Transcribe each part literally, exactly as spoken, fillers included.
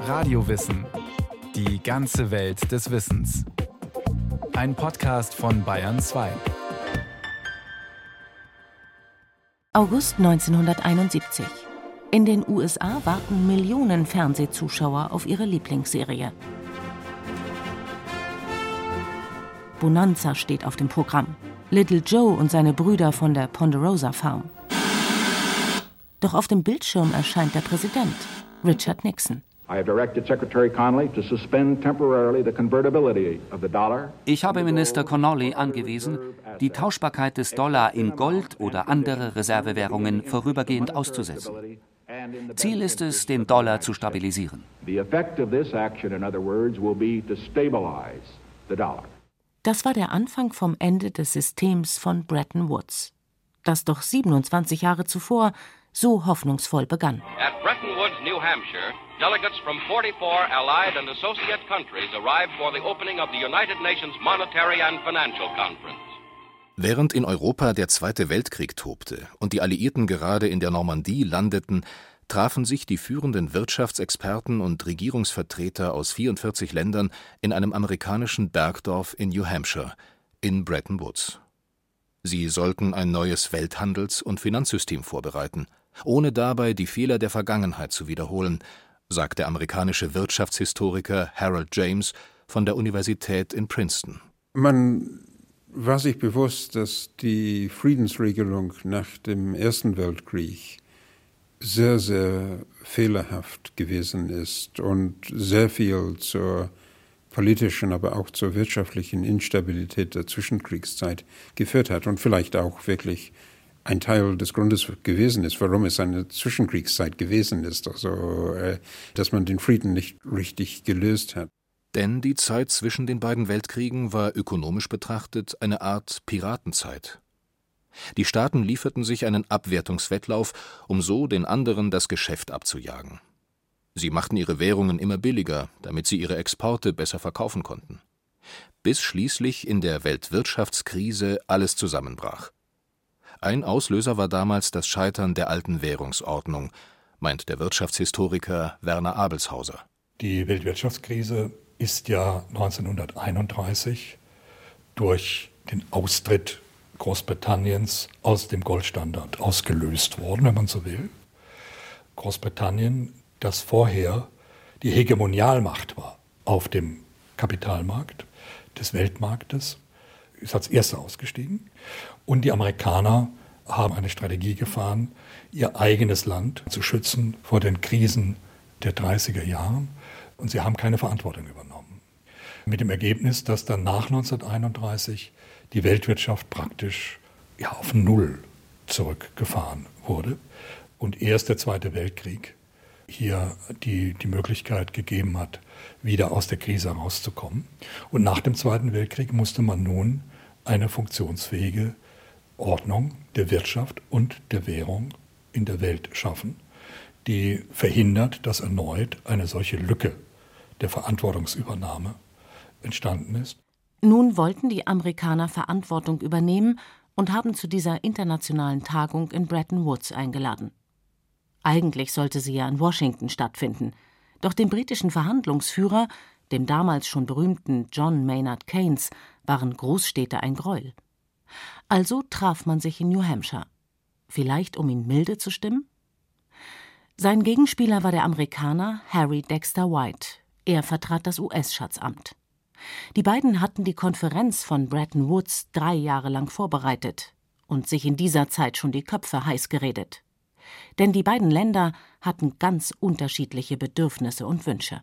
Radiowissen. Die ganze Welt des Wissens. Ein Podcast von Bayern zwei. August neunzehnhunderteinundsiebzig. In den U S A warten Millionen Fernsehzuschauer auf ihre Lieblingsserie. Bonanza steht auf dem Programm. Little Joe und seine Brüder von der Ponderosa Farm. Doch auf dem Bildschirm erscheint der Präsident, Richard Nixon. Ich habe Minister Connolly angewiesen, die Tauschbarkeit des Dollar in Gold oder andere Reservewährungen vorübergehend auszusetzen. Ziel ist es, den Dollar zu stabilisieren. Das war der Anfang vom Ende des Systems von Bretton Woods, das doch siebenundzwanzig Jahre zuvor so hoffnungsvoll begann. At Bretton Woods, New Hampshire, delegates from forty-four allied and associate countries arrived for the opening of the United Nations Monetary and Financial Conference. Während in Europa der Zweite Weltkrieg tobte und die Alliierten gerade in der Normandie landeten, trafen sich die führenden Wirtschaftsexperten und Regierungsvertreter aus vierundvierzig Ländern in einem amerikanischen Bergdorf in New Hampshire, in Bretton Woods. Sie sollten ein neues Welthandels- und Finanzsystem vorbereiten, ohne dabei die Fehler der Vergangenheit zu wiederholen, sagt der amerikanische Wirtschaftshistoriker Harold James von der Universität in Princeton. Man war sich bewusst, dass die Friedensregelung nach dem Ersten Weltkrieg sehr, sehr fehlerhaft gewesen ist und sehr viel zur politischen, aber auch zur wirtschaftlichen Instabilität der Zwischenkriegszeit geführt hat und vielleicht auch wirklich ein Teil des Grundes gewesen ist, warum es eine Zwischenkriegszeit gewesen ist, also dass man den Frieden nicht richtig gelöst hat. Denn die Zeit zwischen den beiden Weltkriegen war ökonomisch betrachtet eine Art Piratenzeit. Die Staaten lieferten sich einen Abwertungswettlauf, um so den anderen das Geschäft abzujagen. Sie machten ihre Währungen immer billiger, damit sie ihre Exporte besser verkaufen konnten. Bis schließlich in der Weltwirtschaftskrise alles zusammenbrach. Ein Auslöser war damals das Scheitern der alten Währungsordnung, meint der Wirtschaftshistoriker Werner Abelshauser. Die Weltwirtschaftskrise ist ja neunzehnhunderteinunddreißig durch den Austritt Großbritanniens aus dem Goldstandard ausgelöst worden, wenn man so will. Großbritannien, das vorher die Hegemonialmacht war auf dem Kapitalmarkt des Weltmarktes, ist als Erster ausgestiegen. Und die Amerikaner haben eine Strategie gefahren, ihr eigenes Land zu schützen vor den Krisen der dreißiger Jahre. Und sie haben keine Verantwortung übernommen. Mit dem Ergebnis, dass dann nach neunzehnhunderteinunddreißig die Weltwirtschaft praktisch ja, auf Null zurückgefahren wurde und erst der Zweite Weltkrieg hier die, die Möglichkeit gegeben hat, wieder aus der Krise herauszukommen. Und nach dem Zweiten Weltkrieg musste man nun eine funktionsfähige Ordnung der Wirtschaft und der Währung in der Welt schaffen, die verhindert, dass erneut eine solche Lücke der Verantwortungsübernahme entstanden ist. Nun wollten die Amerikaner Verantwortung übernehmen und haben zu dieser internationalen Tagung in Bretton Woods eingeladen. Eigentlich sollte sie ja in Washington stattfinden, doch dem britischen Verhandlungsführer, dem damals schon berühmten John Maynard Keynes, waren Großstädte ein Gräuel. Also traf man sich in New Hampshire. Vielleicht um ihn milde zu stimmen? Sein Gegenspieler war der Amerikaner Harry Dexter White. Er vertrat das U S-Schatzamt. Die beiden hatten die Konferenz von Bretton Woods drei Jahre lang vorbereitet und sich in dieser Zeit schon die Köpfe heiß geredet. Denn die beiden Länder hatten ganz unterschiedliche Bedürfnisse und Wünsche.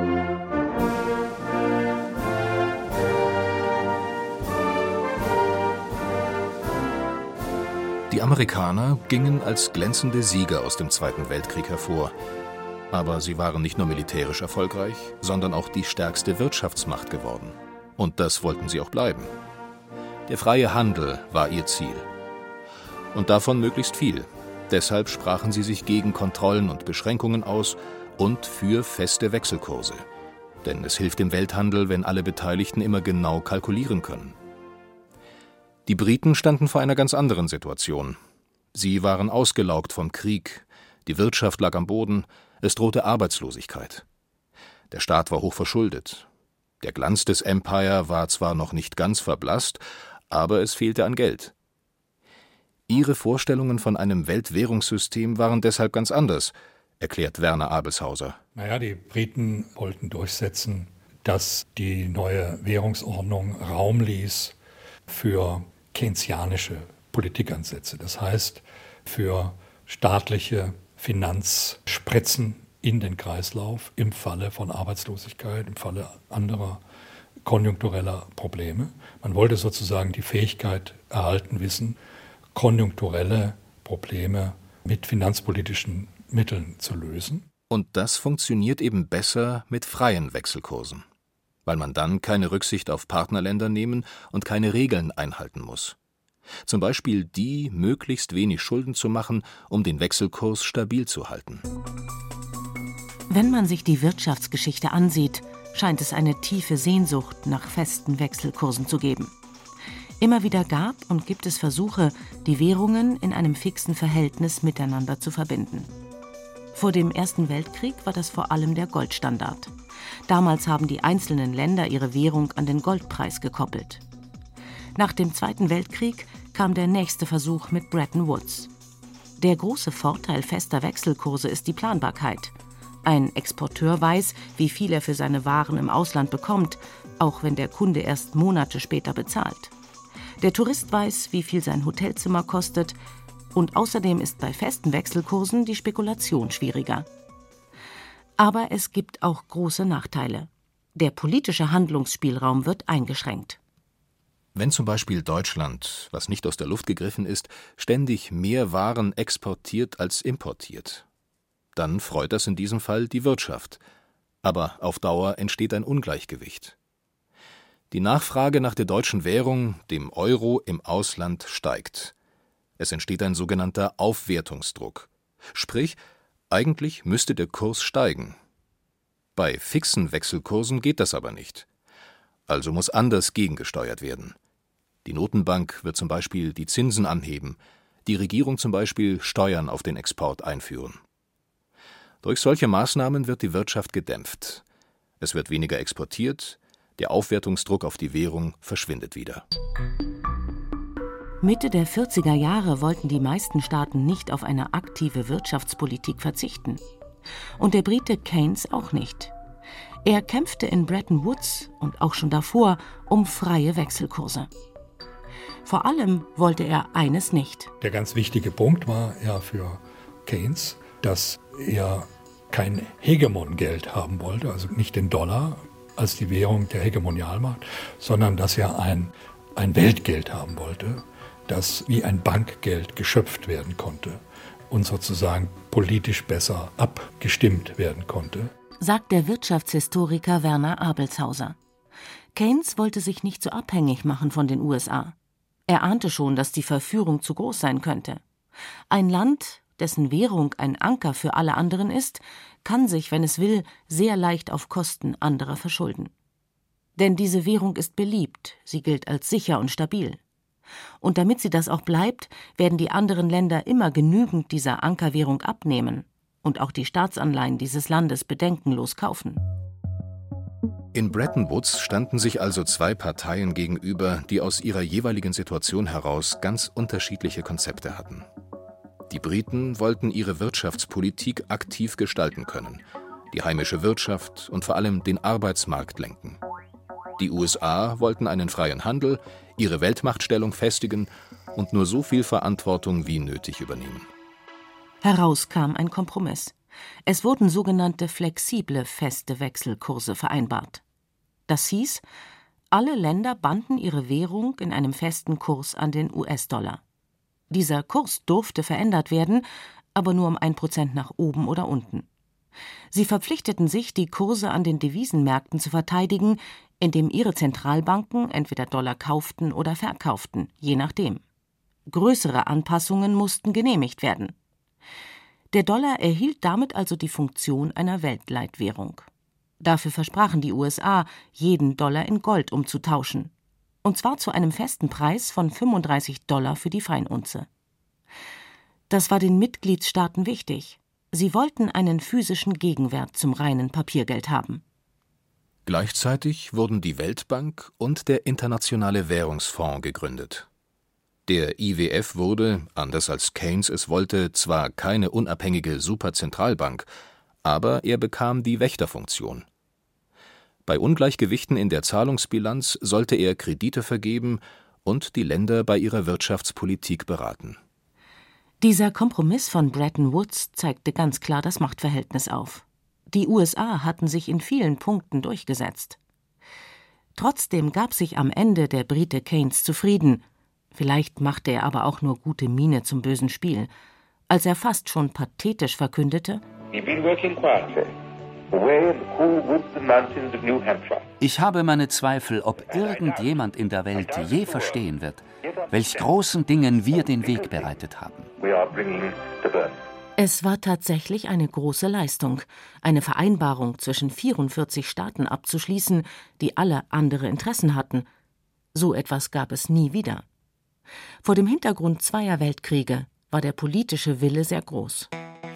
Die Amerikaner gingen als glänzende Sieger aus dem Zweiten Weltkrieg hervor. Aber sie waren nicht nur militärisch erfolgreich, sondern auch die stärkste Wirtschaftsmacht geworden. Und das wollten sie auch bleiben. Der freie Handel war ihr Ziel. Und davon möglichst viel. Deshalb sprachen sie sich gegen Kontrollen und Beschränkungen aus und für feste Wechselkurse. Denn es hilft dem Welthandel, wenn alle Beteiligten immer genau kalkulieren können. Die Briten standen vor einer ganz anderen Situation. Sie waren ausgelaugt vom Krieg, die Wirtschaft lag am Boden, es drohte Arbeitslosigkeit. Der Staat war hoch verschuldet. Der Glanz des Empire war zwar noch nicht ganz verblasst, aber es fehlte an Geld. Ihre Vorstellungen von einem Weltwährungssystem waren deshalb ganz anders, erklärt Werner Abelshauser. Naja, die Briten wollten durchsetzen, dass die neue Währungsordnung Raum ließ für keynesianische Politikansätze. Das heißt, für staatliche Finanzspritzen in den Kreislauf im Falle von Arbeitslosigkeit, im Falle anderer konjunktureller Probleme. Man wollte sozusagen die Fähigkeit erhalten wissen, konjunkturelle Probleme mit finanzpolitischen Mitteln zu lösen. Und das funktioniert eben besser mit freien Wechselkursen, weil man dann keine Rücksicht auf Partnerländer nehmen und keine Regeln einhalten muss. Zum Beispiel die, möglichst wenig Schulden zu machen, um den Wechselkurs stabil zu halten. Wenn man sich die Wirtschaftsgeschichte ansieht, scheint es eine tiefe Sehnsucht nach festen Wechselkursen zu geben. Immer wieder gab und gibt es Versuche, die Währungen in einem fixen Verhältnis miteinander zu verbinden. Vor dem Ersten Weltkrieg war das vor allem der Goldstandard. Damals haben die einzelnen Länder ihre Währung an den Goldpreis gekoppelt. Nach dem Zweiten Weltkrieg kam der nächste Versuch mit Bretton Woods. Der große Vorteil fester Wechselkurse ist die Planbarkeit. Ein Exporteur weiß, wie viel er für seine Waren im Ausland bekommt, auch wenn der Kunde erst Monate später bezahlt. Der Tourist weiß, wie viel sein Hotelzimmer kostet, und außerdem ist bei festen Wechselkursen die Spekulation schwieriger. Aber es gibt auch große Nachteile. Der politische Handlungsspielraum wird eingeschränkt. Wenn zum Beispiel Deutschland, was nicht aus der Luft gegriffen ist, ständig mehr Waren exportiert als importiert, dann freut das in diesem Fall die Wirtschaft. Aber auf Dauer entsteht ein Ungleichgewicht. Die Nachfrage nach der deutschen Währung, dem Euro, im Ausland steigt. Es entsteht ein sogenannter Aufwertungsdruck. Sprich, eigentlich müsste der Kurs steigen. Bei fixen Wechselkursen geht das aber nicht. Also muss anders gegengesteuert werden. Die Notenbank wird zum Beispiel die Zinsen anheben, die Regierung zum Beispiel Steuern auf den Export einführen. Durch solche Maßnahmen wird die Wirtschaft gedämpft. Es wird weniger exportiert, der Aufwertungsdruck auf die Währung verschwindet wieder. Mitte der vierziger Jahre wollten die meisten Staaten nicht auf eine aktive Wirtschaftspolitik verzichten. Und der Brite Keynes auch nicht. Er kämpfte in Bretton Woods und auch schon davor um freie Wechselkurse. Vor allem wollte er eines nicht. Der ganz wichtige Punkt war ja für Keynes, dass er kein Hegemongeld haben wollte, also nicht den Dollar als die Währung der Hegemonialmacht, sondern dass er ein, ein Weltgeld haben wollte, das wie ein Bankgeld geschöpft werden konnte und sozusagen politisch besser abgestimmt werden konnte. Sagt der Wirtschaftshistoriker Werner Abelshauser. Keynes wollte sich nicht so abhängig machen von den U S A. Er ahnte schon, dass die Verführung zu groß sein könnte. Ein Land, dessen Währung ein Anker für alle anderen ist, kann sich, wenn es will, sehr leicht auf Kosten anderer verschulden. Denn diese Währung ist beliebt, sie gilt als sicher und stabil. Und damit sie das auch bleibt, werden die anderen Länder immer genügend dieser Ankerwährung abnehmen und auch die Staatsanleihen dieses Landes bedenkenlos kaufen. In Bretton Woods standen sich also zwei Parteien gegenüber, die aus ihrer jeweiligen Situation heraus ganz unterschiedliche Konzepte hatten. Die Briten wollten ihre Wirtschaftspolitik aktiv gestalten können, die heimische Wirtschaft und vor allem den Arbeitsmarkt lenken. Die U S A wollten einen freien Handel, ihre Weltmachtstellung festigen und nur so viel Verantwortung wie nötig übernehmen. Heraus kam ein Kompromiss. Es wurden sogenannte flexible feste Wechselkurse vereinbart. Das hieß, alle Länder banden ihre Währung in einem festen Kurs an den U S-Dollar. Dieser Kurs durfte verändert werden, aber nur um ein Prozent nach oben oder unten. Sie verpflichteten sich, die Kurse an den Devisenmärkten zu verteidigen, indem ihre Zentralbanken entweder Dollar kauften oder verkauften, je nachdem. Größere Anpassungen mussten genehmigt werden. Der Dollar erhielt damit also die Funktion einer Weltleitwährung. Dafür versprachen die U S A, jeden Dollar in Gold umzutauschen. Und zwar zu einem festen Preis von fünfunddreißig Dollar für die Feinunze. Das war den Mitgliedstaaten wichtig. Sie wollten einen physischen Gegenwert zum reinen Papiergeld haben. Gleichzeitig wurden die Weltbank und der Internationale Währungsfonds gegründet. Der I W F wurde, anders als Keynes es wollte, zwar keine unabhängige Superzentralbank, aber er bekam die Wächterfunktion. Bei Ungleichgewichten in der Zahlungsbilanz sollte er Kredite vergeben und die Länder bei ihrer Wirtschaftspolitik beraten. Dieser Kompromiss von Bretton Woods zeigte ganz klar das Machtverhältnis auf. Die U S A hatten sich in vielen Punkten durchgesetzt. Trotzdem gab sich am Ende der Brite Keynes zufrieden. Vielleicht machte er aber auch nur gute Miene zum bösen Spiel, als er fast schon pathetisch verkündete: Ich habe meine Zweifel, ob irgendjemand in der Welt je verstehen wird, welch großen Dingen wir den Weg bereitet haben. Es war tatsächlich eine große Leistung, eine Vereinbarung zwischen vierundvierzig Staaten abzuschließen, die alle andere Interessen hatten. So etwas gab es nie wieder. Vor dem Hintergrund zweier Weltkriege war der politische Wille sehr groß.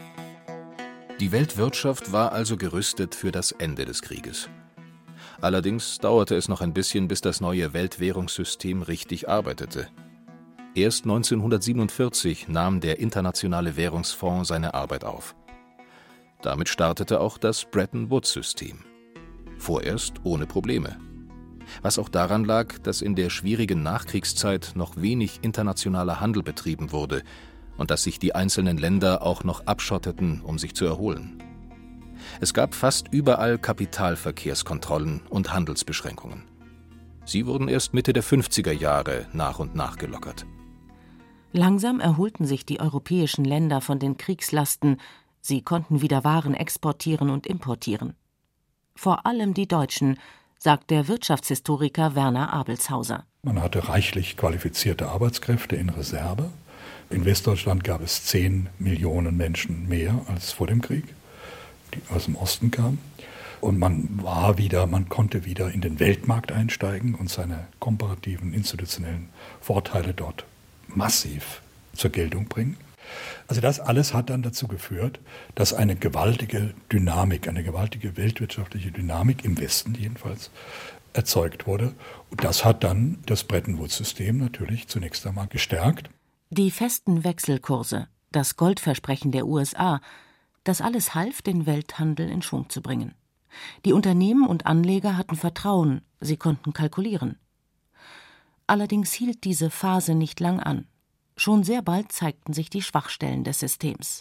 Die Weltwirtschaft war also gerüstet für das Ende des Krieges. Allerdings dauerte es noch ein bisschen, bis das neue Weltwährungssystem richtig arbeitete. Erst neunzehnhundertsiebenundvierzig nahm der Internationale Währungsfonds seine Arbeit auf. Damit startete auch das Bretton-Woods-System. Vorerst ohne Probleme. Was auch daran lag, dass in der schwierigen Nachkriegszeit noch wenig internationaler Handel betrieben wurde und dass sich die einzelnen Länder auch noch abschotteten, um sich zu erholen. Es gab fast überall Kapitalverkehrskontrollen und Handelsbeschränkungen. Sie wurden erst Mitte der fünfziger Jahre nach und nach gelockert. Langsam erholten sich die europäischen Länder von den Kriegslasten, sie konnten wieder Waren exportieren und importieren. Vor allem die Deutschen, sagt der Wirtschaftshistoriker Werner Abelshauser. Man hatte reichlich qualifizierte Arbeitskräfte in Reserve. In Westdeutschland gab es zehn Millionen Menschen mehr als vor dem Krieg, die aus dem Osten kamen. Und man war wieder, man konnte wieder in den Weltmarkt einsteigen und seine komparativen institutionellen Vorteile dort massiv zur Geltung bringen. Also das alles hat dann dazu geführt, dass eine gewaltige Dynamik, eine gewaltige weltwirtschaftliche Dynamik im Westen jedenfalls erzeugt wurde. Und das hat dann das Bretton-Woods-System natürlich zunächst einmal gestärkt. Die festen Wechselkurse, das Goldversprechen der U S A, das alles half, den Welthandel in Schwung zu bringen. Die Unternehmen und Anleger hatten Vertrauen, sie konnten kalkulieren. Allerdings hielt diese Phase nicht lang an. Schon sehr bald zeigten sich die Schwachstellen des Systems.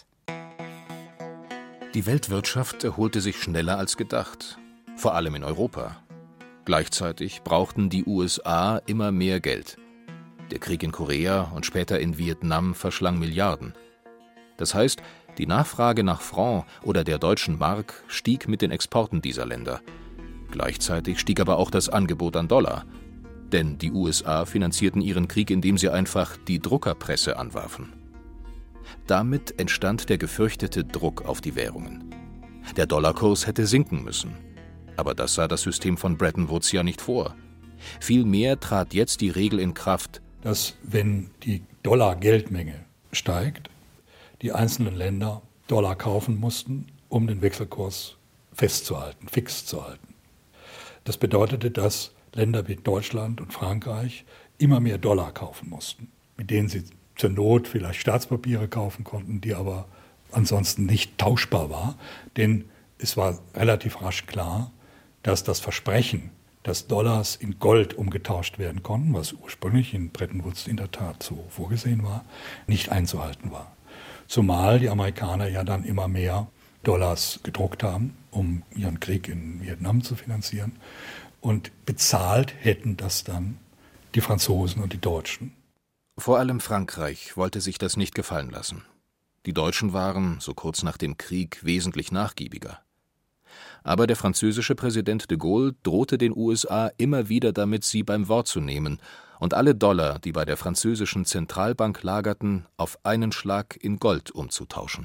Die Weltwirtschaft erholte sich schneller als gedacht, vor allem in Europa. Gleichzeitig brauchten die U S A immer mehr Geld. Der Krieg in Korea und später in Vietnam verschlang Milliarden. Das heißt, die Nachfrage nach Franc oder der deutschen Mark stieg mit den Exporten dieser Länder. Gleichzeitig stieg aber auch das Angebot an Dollar. Denn die U S A finanzierten ihren Krieg, indem sie einfach die Druckerpresse anwarfen. Damit entstand der gefürchtete Druck auf die Währungen. Der Dollarkurs hätte sinken müssen. Aber das sah das System von Bretton Woods ja nicht vor. Vielmehr trat jetzt die Regel in Kraft, dass, wenn die Dollar-Geldmenge steigt, die einzelnen Länder Dollar kaufen mussten, um den Wechselkurs festzuhalten, fix zu halten. Das bedeutete, dass Länder wie Deutschland und Frankreich immer mehr Dollar kaufen mussten, mit denen sie zur Not vielleicht Staatspapiere kaufen konnten, die aber ansonsten nicht tauschbar war. Denn es war relativ rasch klar, dass das Versprechen, dass Dollars in Gold umgetauscht werden konnten, was ursprünglich in Bretton Woods in der Tat so vorgesehen war, nicht einzuhalten war. Zumal die Amerikaner ja dann immer mehr Dollars gedruckt haben, um ihren Krieg in Vietnam zu finanzieren. Und bezahlt hätten das dann die Franzosen und die Deutschen. Vor allem Frankreich wollte sich das nicht gefallen lassen. Die Deutschen waren, so kurz nach dem Krieg, wesentlich nachgiebiger. Aber der französische Präsident de Gaulle drohte den U S A immer wieder damit, sie beim Wort zu nehmen und alle Dollar, die bei der französischen Zentralbank lagerten, auf einen Schlag in Gold umzutauschen.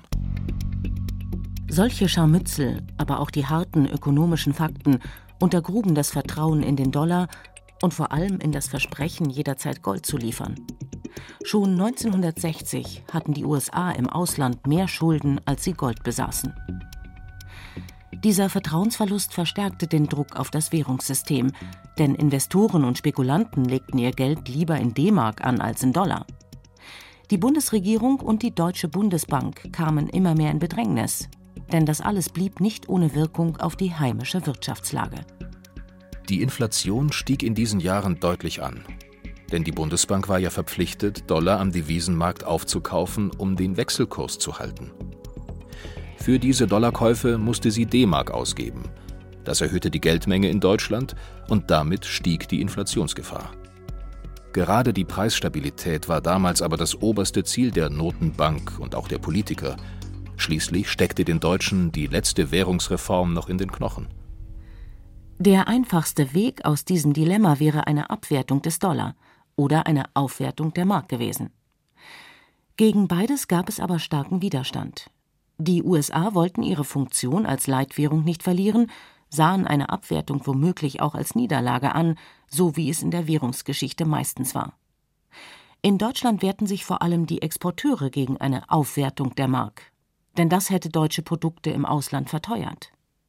Solche Scharmützel, aber auch die harten ökonomischen Fakten untergruben das Vertrauen in den Dollar und vor allem in das Versprechen, jederzeit Gold zu liefern. Schon neunzehnhundertsechzig hatten die U S A im Ausland mehr Schulden, als sie Gold besaßen. Dieser Vertrauensverlust verstärkte den Druck auf das Währungssystem, denn Investoren und Spekulanten legten ihr Geld lieber in D-Mark an als in Dollar. Die Bundesregierung und die Deutsche Bundesbank kamen immer mehr in Bedrängnis, denn das alles blieb nicht ohne Wirkung auf die heimische Wirtschaftslage. Die Inflation stieg in diesen Jahren deutlich an, denn die Bundesbank war ja verpflichtet, Dollar am Devisenmarkt aufzukaufen, um den Wechselkurs zu halten. Für diese Dollarkäufe musste sie D-Mark ausgeben. Das erhöhte die Geldmenge in Deutschland und damit stieg die Inflationsgefahr. Gerade die Preisstabilität war damals aber das oberste Ziel der Notenbank und auch der Politiker. Schließlich steckte den Deutschen die letzte Währungsreform noch in den Knochen. Der einfachste Weg aus diesem Dilemma wäre eine Abwertung des Dollar oder eine Aufwertung der Mark gewesen. Gegen beides gab es aber starken Widerstand. Die U S A wollten ihre Funktion als Leitwährung nicht verlieren, sahen eine Abwertung womöglich auch als Niederlage an, so wie es in der Währungsgeschichte meistens war. In Deutschland wehrten sich vor allem die Exporteure gegen eine Aufwertung der Mark, denn das hätte deutsche Produkte im Ausland verteuert.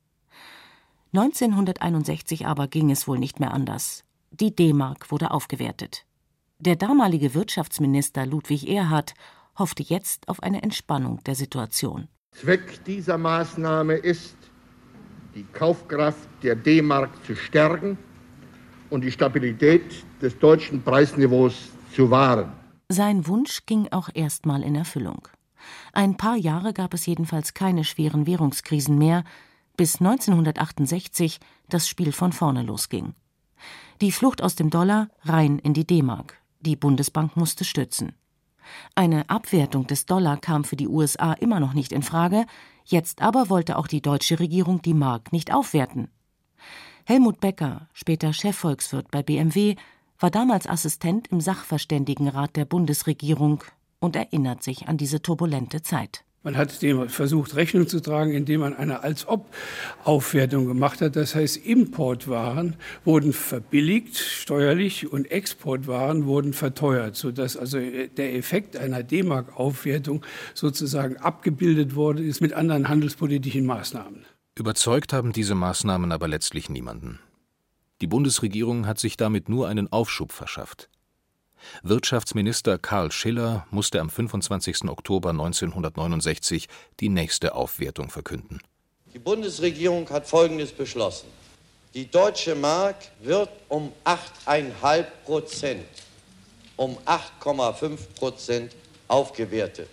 neunzehnhunderteinundsechzig aber ging es wohl nicht mehr anders. Die D-Mark wurde aufgewertet. Der damalige Wirtschaftsminister Ludwig Erhard hoffte jetzt auf eine Entspannung der Situation. Zweck dieser Maßnahme ist, die Kaufkraft der D-Mark zu stärken und die Stabilität des deutschen Preisniveaus zu wahren. Sein Wunsch ging auch erstmal in Erfüllung. Ein paar Jahre gab es jedenfalls keine schweren Währungskrisen mehr, bis neunzehnhundertachtundsechzig das Spiel von vorne losging. Die Flucht aus dem Dollar rein in die D-Mark. Die Bundesbank musste stützen. Eine Abwertung des Dollar kam für die U S A immer noch nicht in Frage, jetzt aber wollte auch die deutsche Regierung die Mark nicht aufwerten. Helmut Becker, später Chefvolkswirt bei B M W, war damals Assistent im Sachverständigenrat der Bundesregierung und erinnert sich an diese turbulente Zeit. Man hat dem versucht, Rechnung zu tragen, indem man eine Als-Ob-Aufwertung gemacht hat. Das heißt, Importwaren wurden verbilligt steuerlich und Exportwaren wurden verteuert, sodass also der Effekt einer D-Mark-Aufwertung sozusagen abgebildet worden ist mit anderen handelspolitischen Maßnahmen. Überzeugt haben diese Maßnahmen aber letztlich niemanden. Die Bundesregierung hat sich damit nur einen Aufschub verschafft. Wirtschaftsminister Karl Schiller musste am fünfundzwanzigsten Oktober neunzehnhundertneunundsechzig die nächste Aufwertung verkünden. Die Bundesregierung hat Folgendes beschlossen. Die deutsche Mark wird um acht Komma fünf Prozent, um acht Komma fünf Prozent aufgewertet.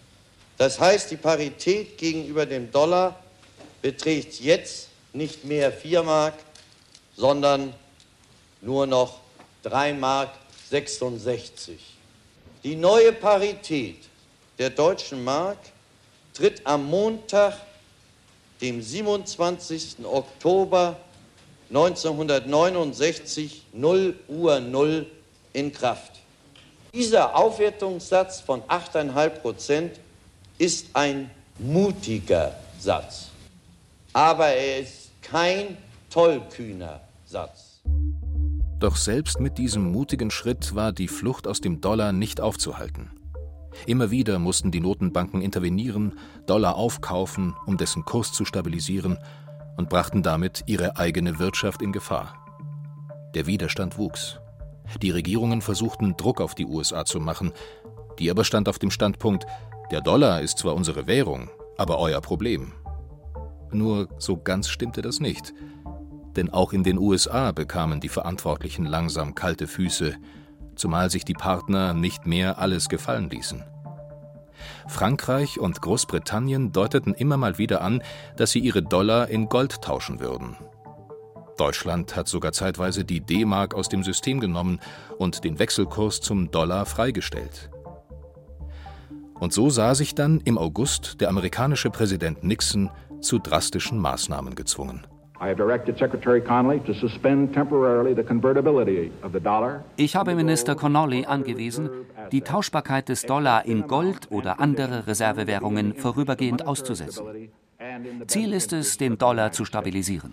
Das heißt, die Parität gegenüber dem Dollar beträgt jetzt nicht mehr vier Mark, sondern nur noch drei Mark sechsundsechzig. Die neue Parität der deutschen Mark tritt am Montag, dem siebenundzwanzigsten Oktober neunzehnhundertneunundsechzig, null Uhr null in Kraft. Dieser Aufwertungssatz von acht Komma fünf Prozent ist ein mutiger Satz, aber er ist kein tollkühner Satz. Doch selbst mit diesem mutigen Schritt war die Flucht aus dem Dollar nicht aufzuhalten. Immer wieder mussten die Notenbanken intervenieren, Dollar aufkaufen, um dessen Kurs zu stabilisieren, und brachten damit ihre eigene Wirtschaft in Gefahr. Der Widerstand wuchs. Die Regierungen versuchten, Druck auf die U S A zu machen, die aber stand auf dem Standpunkt, der Dollar ist zwar unsere Währung, aber euer Problem. Nur so ganz stimmte das nicht. Denn auch in den U S A bekamen die Verantwortlichen langsam kalte Füße, zumal sich die Partner nicht mehr alles gefallen ließen. Frankreich und Großbritannien deuteten immer mal wieder an, dass sie ihre Dollar in Gold tauschen würden. Deutschland hat sogar zeitweise die D-Mark aus dem System genommen und den Wechselkurs zum Dollar freigestellt. Und so sah sich dann im August der amerikanische Präsident Nixon zu drastischen Maßnahmen gezwungen. Ich habe Minister Connolly angewiesen, die Tauschbarkeit des Dollar in Gold oder andere Reservewährungen vorübergehend auszusetzen. Ziel ist es, den Dollar zu stabilisieren.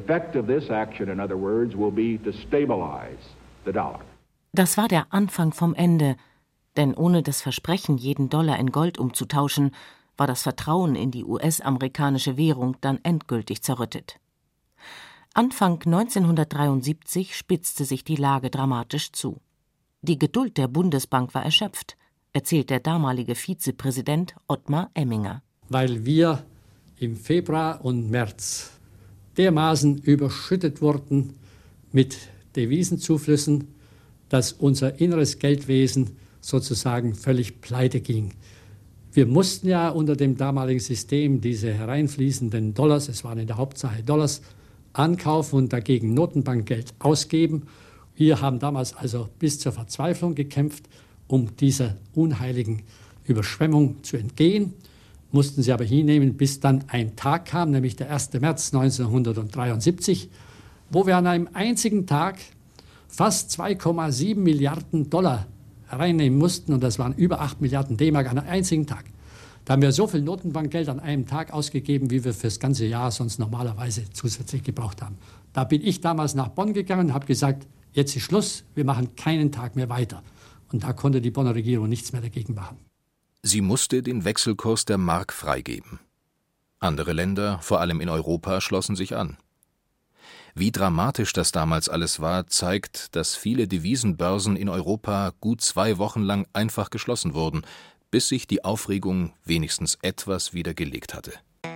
Das war der Anfang vom Ende, denn ohne das Versprechen, jeden Dollar in Gold umzutauschen, war das Vertrauen in die U S-amerikanische Währung dann endgültig zerrüttet. Anfang neunzehnhundertdreiundsiebzig spitzte sich die Lage dramatisch zu. Die Geduld der Bundesbank war erschöpft, erzählt der damalige Vizepräsident Ottmar Emminger. Weil wir im Februar und März dermaßen überschüttet wurden mit Devisenzuflüssen, dass unser inneres Geldwesen sozusagen völlig pleite ging. Wir mussten ja unter dem damaligen System diese hereinfließenden Dollars, es waren in der Hauptsache Dollars, ankaufen und dagegen Notenbankgeld ausgeben. Wir haben damals also bis zur Verzweiflung gekämpft, um dieser unheiligen Überschwemmung zu entgehen, mussten sie aber hinnehmen, bis dann ein Tag kam, nämlich der erste März neunzehnhundertdreiundsiebzig, wo wir an einem einzigen Tag fast zwei Komma sieben Milliarden Dollar hereinnehmen mussten, und das waren über acht Milliarden D-Mark an einem einzigen Tag. Da haben wir so viel Notenbankgeld an einem Tag ausgegeben, wie wir fürs ganze Jahr sonst normalerweise zusätzlich gebraucht haben. Da bin ich damals nach Bonn gegangen und habe gesagt, jetzt ist Schluss, wir machen keinen Tag mehr weiter. Und da konnte die Bonner Regierung nichts mehr dagegen machen. Sie musste den Wechselkurs der Mark freigeben. Andere Länder, vor allem in Europa, schlossen sich an. Wie dramatisch das damals alles war, zeigt, dass viele Devisenbörsen in Europa gut zwei Wochen lang einfach geschlossen wurden, bis sich die Aufregung wenigstens etwas wieder gelegt hatte.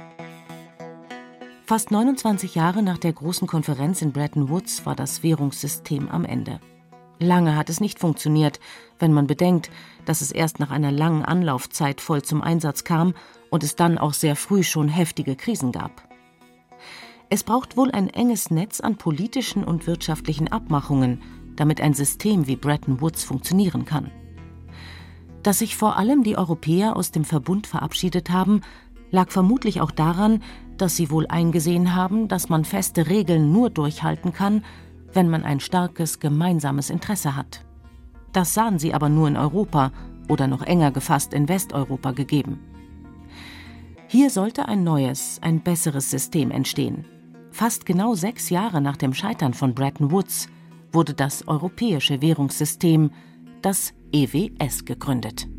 Fast neunundzwanzig Jahre nach der großen Konferenz in Bretton Woods war das Währungssystem am Ende. Lange hat es nicht funktioniert, wenn man bedenkt, dass es erst nach einer langen Anlaufzeit voll zum Einsatz kam und es dann auch sehr früh schon heftige Krisen gab. Es braucht wohl ein enges Netz an politischen und wirtschaftlichen Abmachungen, damit ein System wie Bretton Woods funktionieren kann. Dass sich vor allem die Europäer aus dem Verbund verabschiedet haben, lag vermutlich auch daran, dass sie wohl eingesehen haben, dass man feste Regeln nur durchhalten kann, wenn man ein starkes gemeinsames Interesse hat. Das sahen sie aber nur in Europa oder noch enger gefasst in Westeuropa gegeben. Hier sollte ein neues, ein besseres System entstehen. Fast genau sechs Jahre nach dem Scheitern von Bretton Woods wurde das europäische Währungssystem, das E W S, gegründet.